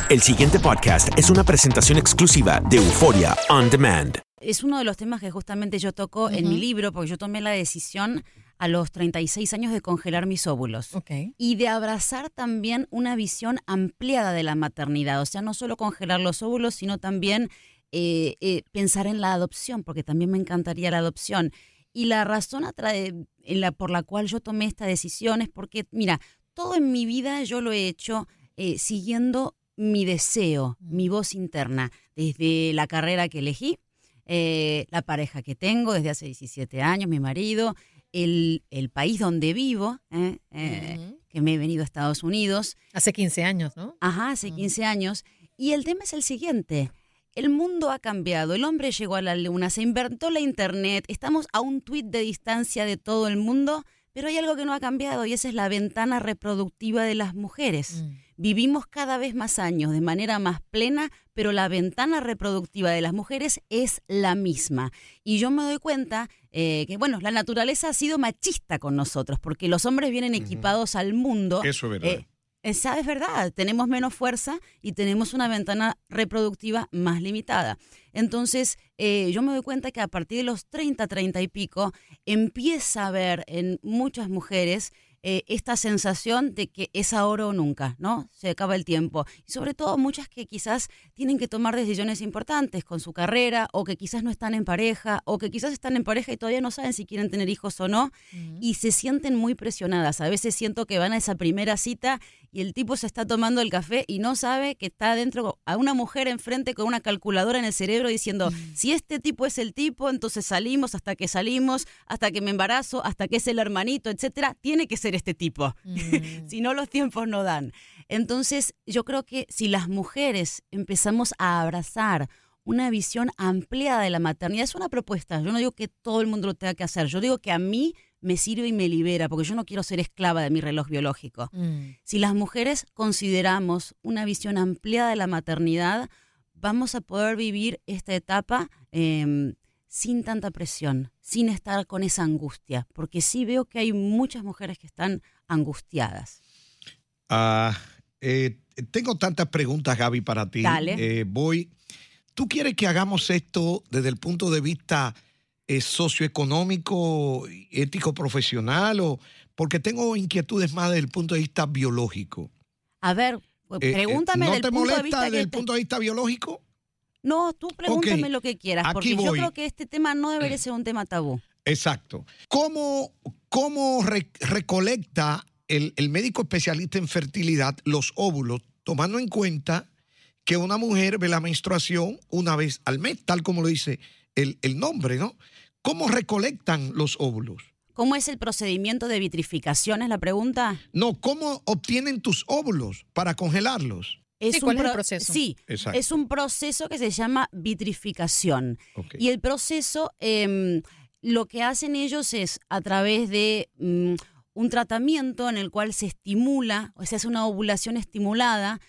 El siguiente podcast es una presentación exclusiva de Euphoria On Demand. Es uno de los temas que justamente yo toco en mi libro, porque yo tomé la decisión a los 36 años de congelar mis óvulos. Y de abrazar también una visión ampliada de la maternidad. O sea, no solo congelar los óvulos, sino también pensar en la adopción, porque también me encantaría la adopción. Y la razón por la cual yo tomé esta decisión es porque, mira, todo en mi vida yo lo he hecho siguiendo mi deseo, mi voz interna, desde la carrera que elegí, la pareja que tengo desde hace 17 años, mi marido, el país donde vivo, que me he venido a Estados Unidos. Hace 15 años, ¿no? Ajá, hace 15 años. Y el tema es el siguiente. El mundo ha cambiado, el hombre llegó a la luna, se inventó la internet, estamos a un tuit de distancia de todo el mundo, pero hay algo que no ha cambiado y esa es la ventana reproductiva de las mujeres. Vivimos cada vez más años de manera más plena, pero la ventana reproductiva de las mujeres es la misma. Y yo me doy cuenta que, bueno, la naturaleza ha sido machista con nosotros, porque los hombres vienen equipados al mundo. Eso es verdad. Esa es verdad, tenemos menos fuerza y tenemos una ventana reproductiva más limitada. Entonces, yo me doy cuenta que a partir de los 30 y pico, empieza a haber en muchas mujeres esta sensación de que es ahora o nunca, ¿no? Se acaba el tiempo. Y sobre todo muchas que quizás tienen que tomar decisiones importantes con su carrera, o que quizás no están en pareja, o que quizás están en pareja y todavía no saben si quieren tener hijos o no, y se sienten muy presionadas. A veces siento que van a esa primera cita y el tipo se está tomando el café y no sabe que está adentro a una mujer enfrente con una calculadora en el cerebro diciendo, si este tipo es el tipo, entonces salimos, hasta que me embarazo, hasta que es el hermanito, etcétera, tiene que ser este tipo. Si no, los tiempos no dan. Entonces, yo creo que si las mujeres empezamos a abrazar una visión ampliada de la maternidad, es una propuesta. Yo no digo que todo el mundo lo tenga que hacer. Yo digo que a mí me sirve y me libera, porque yo no quiero ser esclava de mi reloj biológico. Si las mujeres consideramos una visión ampliada de la maternidad, vamos a poder vivir esta etapa sin tanta presión, sin estar con esa angustia, porque sí veo que hay muchas mujeres que están angustiadas. Tengo tantas preguntas, Gaby, para ti. Dale. ¿Tú quieres que hagamos esto desde el punto de vista socioeconómico, ético, profesional, o porque tengo inquietudes más desde el punto de vista biológico? A ver, pregúntame del punto de vista. ¿No te molesta desde el punto de vista biológico? No, tú pregúntame lo que quieras, porque yo creo que este tema no debería ser un tema tabú. Exacto. ¿Cómo recolecta el médico especialista en fertilidad los óvulos, tomando en cuenta que una mujer ve la menstruación una vez al mes, tal como lo dice el nombre, ¿no? ¿Cómo recolectan los óvulos? ¿Cómo es el procedimiento de vitrificación, es la pregunta? No, ¿cómo obtienen tus óvulos para congelarlos? ¿Cuál es el proceso? Sí, exacto. Es un proceso que se llama vitrificación. Y el proceso, lo que hacen ellos es a través de un tratamiento en el cual se estimula, o sea, es una ovulación estimulada,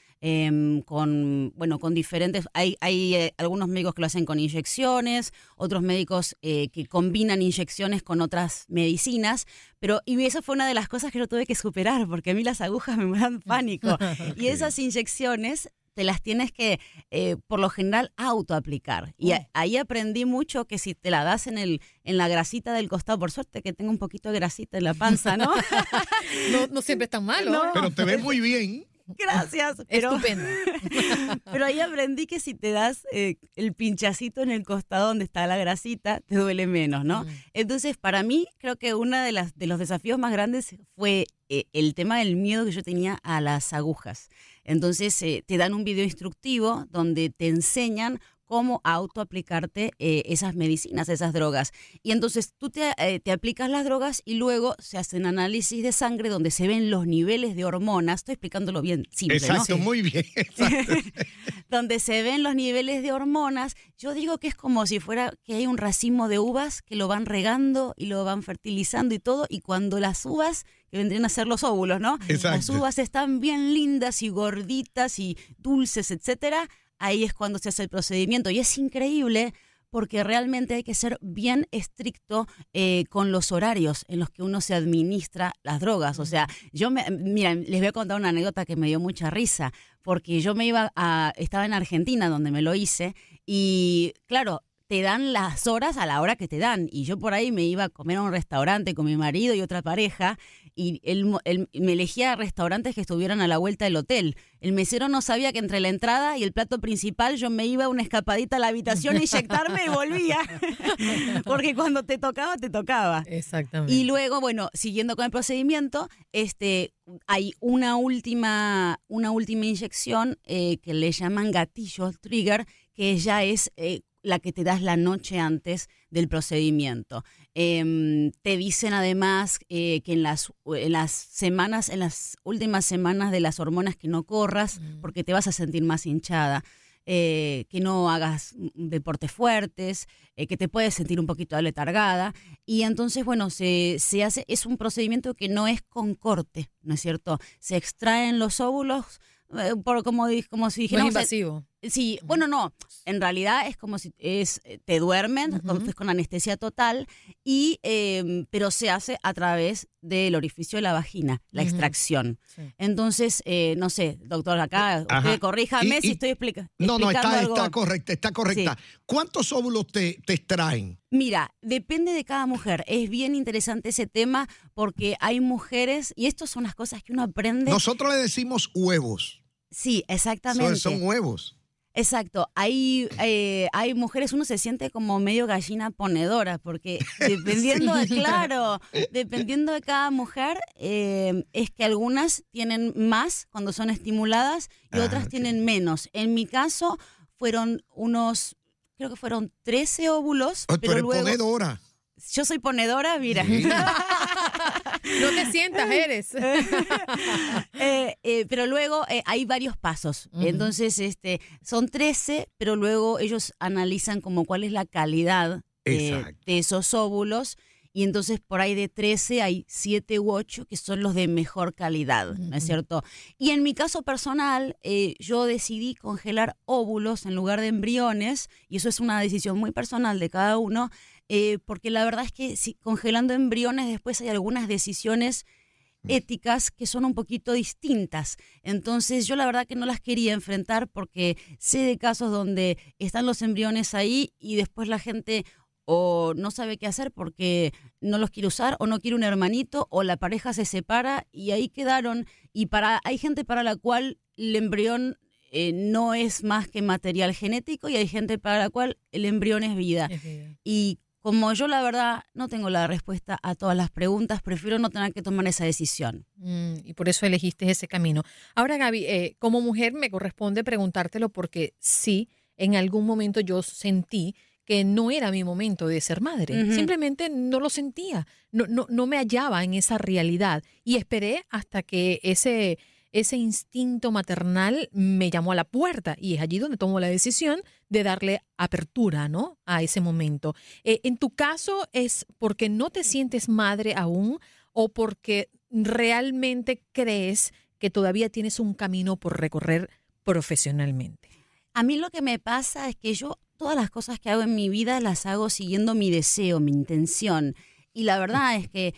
con diferentes, hay algunos médicos que lo hacen con inyecciones, otros médicos que combinan inyecciones con otras medicinas, y esa fue una de las cosas que yo tuve que superar, porque a mí las agujas me dan pánico. Y esas inyecciones te las tienes que, por lo general, autoaplicar. Y ahí aprendí mucho que si te la das en la grasita del costado, por suerte que tengo un poquito de grasita en la panza, ¿no? No siempre es tan malo. No. Pero te ves muy bien. Gracias. Estupendo. Pero ahí aprendí que si te das el pinchacito en el costado donde está la grasita, te duele menos, ¿no? Entonces, para mí, creo que uno de los desafíos más grandes fue el tema del miedo que yo tenía a las agujas. Entonces, te dan un video instructivo donde te enseñan cómo autoaplicarte esas medicinas, esas drogas. Y entonces tú te aplicas las drogas y luego se hacen análisis de sangre donde se ven los niveles de hormonas. Estoy explicándolo bien simple, exacto, ¿no? Muy bien. Exacto. Donde se ven los niveles de hormonas. Yo digo que es como si fuera que hay un racimo de uvas que lo van regando y lo van fertilizando y todo, y cuando las uvas, que vendrían a ser los óvulos, ¿no? Exacto. Las uvas están bien lindas y gorditas y dulces, etcétera. Ahí es cuando se hace el procedimiento y es increíble porque realmente hay que ser bien estricto con los horarios en los que uno se administra las drogas. O sea, mira, les voy a contar una anécdota que me dio mucha risa, porque yo estaba en Argentina donde me lo hice y claro, te dan las horas a la hora que te dan. Y yo por ahí me iba a comer a un restaurante con mi marido y otra pareja y él me elegía restaurantes que estuvieran a la vuelta del hotel. El mesero no sabía que entre la entrada y el plato principal yo me iba a una escapadita a la habitación a inyectarme y volvía. Porque cuando te tocaba, te tocaba. Exactamente. Y luego, bueno, siguiendo con el procedimiento, hay una última inyección que le llaman gatillo, trigger, que ya es la que te das la noche antes del procedimiento. Te dicen además que en las últimas semanas de las hormonas que no corras porque te vas a sentir más hinchada. Que no hagas deportes fuertes, que te puedes sentir un poquito aletargada. Y entonces, bueno, es un procedimiento que no es con corte, ¿no es cierto? Se extraen los óvulos, como si dijéramos... No es invasivo. Sí, bueno, no, en realidad es como si te duermen, con anestesia total, pero se hace a través del orificio de la vagina, la extracción. Sí. Entonces, no sé, doctor, acá, usted corríjame si estoy explicando No, algo. está correcta. Sí. ¿Cuántos óvulos te extraen? Mira, depende de cada mujer. Es bien interesante ese tema porque hay mujeres, y estas son las cosas que uno aprende. Nosotros le decimos huevos. Sí, exactamente. Son huevos. Exacto, hay mujeres, uno se siente como medio gallina ponedora, porque dependiendo dependiendo de cada mujer, es que algunas tienen más cuando son estimuladas y otras tienen menos. En mi caso creo que fueron 13 óvulos. Pero luego ponedora. Yo soy ponedora, mira. Sí. No te sientas, eres. Pero luego hay varios pasos. Entonces, son 13, pero luego ellos analizan como cuál es la calidad de esos óvulos. Y entonces por ahí de 13 hay 7 u 8 que son los de mejor calidad, ¿no es cierto? Y en mi caso personal, yo decidí congelar óvulos en lugar de embriones, y eso es una decisión muy personal de cada uno, porque la verdad es que congelando embriones después hay algunas decisiones éticas que son un poquito distintas. Entonces yo la verdad que no las quería enfrentar porque sé de casos donde están los embriones ahí y después la gente o no sabe qué hacer porque no los quiere usar o no quiere un hermanito o la pareja se separa y ahí quedaron. Y hay gente para la cual el embrión no es más que material genético y hay gente para la cual el embrión es vida. Y como yo la verdad no tengo la respuesta a todas las preguntas, prefiero no tener que tomar esa decisión. Y por eso elegiste ese camino. Ahora, Gaby, como mujer me corresponde preguntártelo porque sí, en algún momento yo sentí que no era mi momento de ser madre. Simplemente no lo sentía, no me hallaba en esa realidad y esperé hasta que ese instinto maternal me llamó a la puerta y es allí donde tomo la decisión de darle apertura, ¿no?, a ese momento. En tu caso, ¿es porque no te sientes madre aún o porque realmente crees que todavía tienes un camino por recorrer profesionalmente? A mí lo que me pasa es que yo todas las cosas que hago en mi vida las hago siguiendo mi deseo, mi intención. Y la verdad es que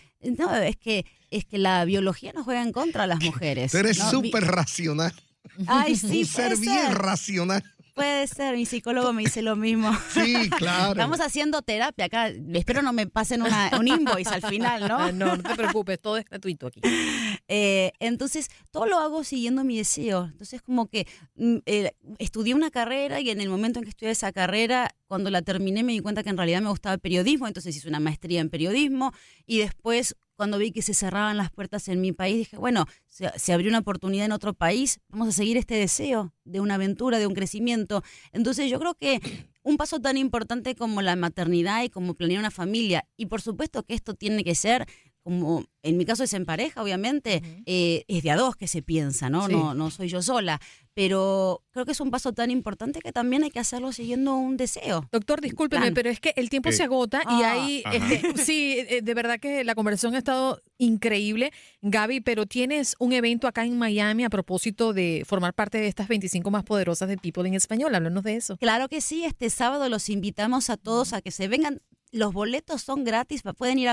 la biología nos juega en contra a las mujeres. Tú eres súper racional. Ay, sí, un ser bien racional. Puede ser, mi psicólogo me dice lo mismo. Sí, claro. Estamos haciendo terapia acá. Espero no me pasen un invoice al final, ¿no? No te preocupes, todo es gratuito aquí. Entonces, todo lo hago siguiendo mi deseo. Entonces, como que estudié una carrera y en el momento en que estudié esa carrera, cuando la terminé me di cuenta que en realidad me gustaba el periodismo, entonces hice una maestría en periodismo y después, cuando vi que se cerraban las puertas en mi país, dije, bueno, se abrió una oportunidad en otro país, vamos a seguir este deseo de una aventura, de un crecimiento. Entonces yo creo que un paso tan importante como la maternidad y como planear una familia, y por supuesto que esto tiene que ser como en mi caso es en pareja, obviamente, es de a dos que se piensa, ¿no? Sí. No soy yo sola. Pero creo que es un paso tan importante que también hay que hacerlo siguiendo un deseo. Doctor, discúlpeme, Plan. pero es que el tiempo se agota y ahí, sí, de verdad que la conversación ha estado increíble, Gaby, pero tienes un evento acá en Miami a propósito de formar parte de estas 25 más poderosas de People en Español. Háblanos de eso. Claro que sí, este sábado los invitamos a todos a que se vengan. Los boletos son gratis, pueden ir a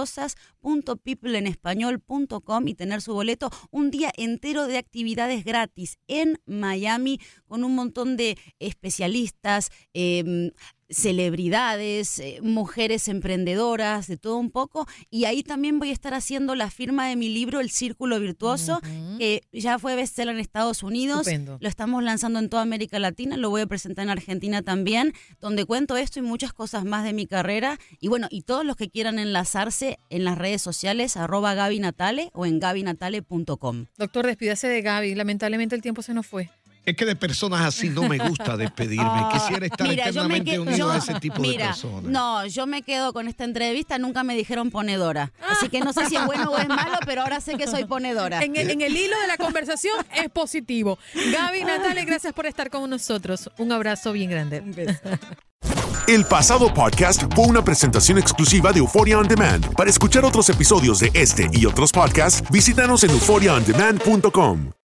poderosas.peopleenespañol.com y tener su boleto, un día entero de actividades gratis en Miami con un montón de especialistas, celebridades, mujeres emprendedoras, de todo un poco. Y ahí también voy a estar haciendo la firma de mi libro, El Círculo Virtuoso, que ya fue bestseller en Estados Unidos. Estupendo. Lo estamos lanzando en toda América Latina, lo voy a presentar en Argentina también, donde cuento esto y muchas cosas más de mi carrera. Y bueno, y todos los que quieran enlazarse en las redes sociales, @GabyNatale o en GabyNatale.com. Doctor, despídase de Gaby. Lamentablemente el tiempo se nos fue. Es que de personas así no me gusta despedirme. Quisiera estar eternamente unido a ese tipo de personas. No, yo me quedo con esta entrevista. Nunca me dijeron ponedora. Así que no sé si es bueno o es malo, pero ahora sé que soy ponedora. En el hilo de la conversación es positivo. Gaby Natale, gracias por estar con nosotros. Un abrazo bien grande. Un beso. El pasado podcast fue una presentación exclusiva de Euphoria On Demand. Para escuchar otros episodios de este y otros podcasts, visítanos en euphoriaondemand.com.